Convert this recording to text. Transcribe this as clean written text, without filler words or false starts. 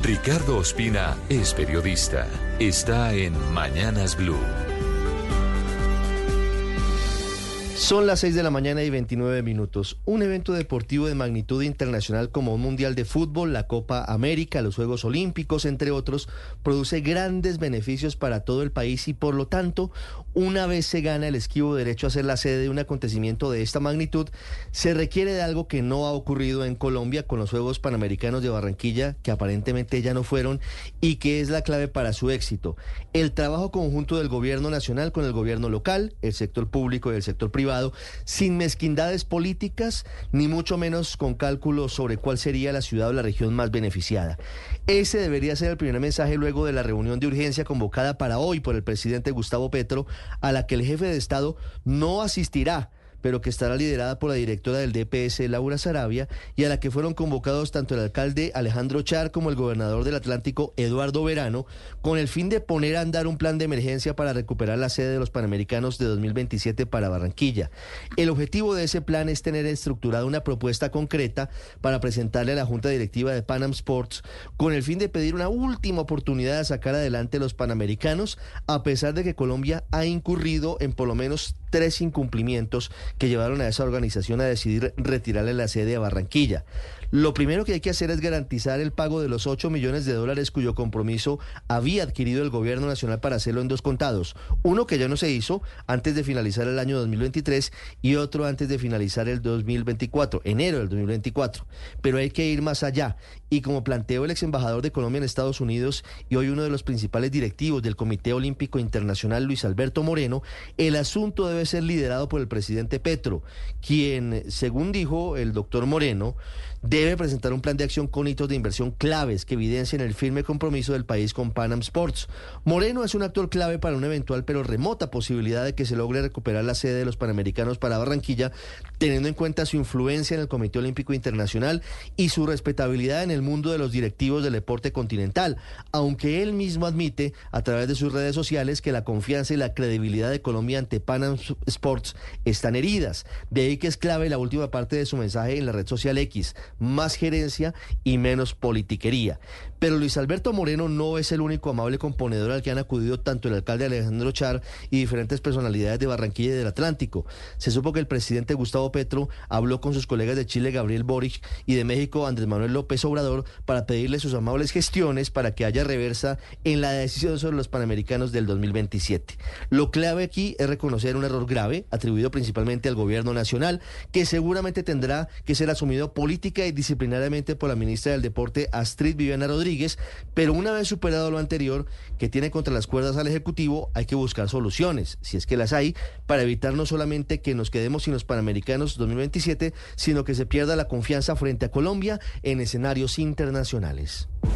Ricardo Ospina es periodista. Está en Mañanas Blue. Son las 6 de la mañana y 29 minutos. Un evento deportivo de magnitud internacional como un Mundial de Fútbol, la Copa América, los Juegos Olímpicos, entre otros, produce grandes beneficios para todo el país y por lo tanto, una vez se gana el Esquivo derecho a ser la sede de un acontecimiento de esta magnitud, se requiere de algo que no ha ocurrido en Colombia con los Juegos Panamericanos de Barranquilla, que aparentemente ya no fueron y que es la clave para su éxito. El trabajo conjunto del gobierno nacional con el gobierno local, el sector público y el sector privado, sin mezquindades políticas, ni mucho menos con cálculos sobre cuál sería la ciudad o la región más beneficiada. Ese debería ser el primer mensaje luego de la reunión de urgencia convocada para hoy por el presidente Gustavo Petro, a la que el jefe de Estado no asistirá, pero que estará liderada por la directora del DPS, Laura Saravia, y a la que fueron convocados tanto el alcalde Alejandro Char como el gobernador del Atlántico, Eduardo Verano, con el fin de poner a andar un plan de emergencia para recuperar la sede de los Panamericanos de 2027 para Barranquilla. El objetivo de ese plan es tener estructurada una propuesta concreta para presentarle a la Junta Directiva de Pan Am Sports, con el fin de pedir una última oportunidad de sacar adelante los Panamericanos, a pesar de que Colombia ha incurrido en por lo menos 3 incumplimientos que llevaron a esa organización a decidir retirarle la sede a Barranquilla. Lo primero que hay que hacer es garantizar el pago de los $8 millones cuyo compromiso había adquirido el gobierno nacional para hacerlo en 2 contados. Uno que ya no se hizo antes de finalizar el año 2023 y otro antes de finalizar el 2024, enero del 2024. Pero hay que ir más allá. Y como planteó el ex embajador de Colombia en Estados Unidos y hoy uno de los principales directivos del Comité Olímpico Internacional, Luis Alberto Moreno, el asunto debe ser liderado por el presidente Petro, quien, según dijo el doctor Moreno, debe presentar un plan de acción con hitos de inversión claves que evidencien el firme compromiso del país con Pan Am Sports. Moreno es un actor clave para una eventual pero remota posibilidad de que se logre recuperar la sede de los Panamericanos para Barranquilla, teniendo en cuenta su influencia en el Comité Olímpico Internacional y su respetabilidad en el mundo de los directivos del deporte continental, aunque él mismo admite a través de sus redes sociales que la confianza y la credibilidad de Colombia ante Pan Am Sports están heridas. De ahí que es clave la última parte de su mensaje en la red social X: más gerencia y menos politiquería. Pero Luis Alberto Moreno no es el único amable componedor al que han acudido tanto el alcalde Alejandro Char y diferentes personalidades de Barranquilla y del Atlántico. Se supo que el presidente Gustavo Petro habló con sus colegas de Chile, Gabriel Boric, y de México, Andrés Manuel López Obrador, para pedirle sus amables gestiones para que haya reversa en la decisión sobre los Panamericanos del 2027. Lo clave aquí es reconocer un error grave, atribuido principalmente al gobierno nacional, que seguramente tendrá que ser asumido política y disciplinariamente por la ministra del Deporte, Astrid Viviana Rodríguez, pero una vez superado lo anterior, que tiene contra las cuerdas al Ejecutivo, hay que buscar soluciones, si es que las hay, para evitar no solamente que nos quedemos sin los Panamericanos 2027, sino que se pierda la confianza frente a Colombia en escenarios internacionales.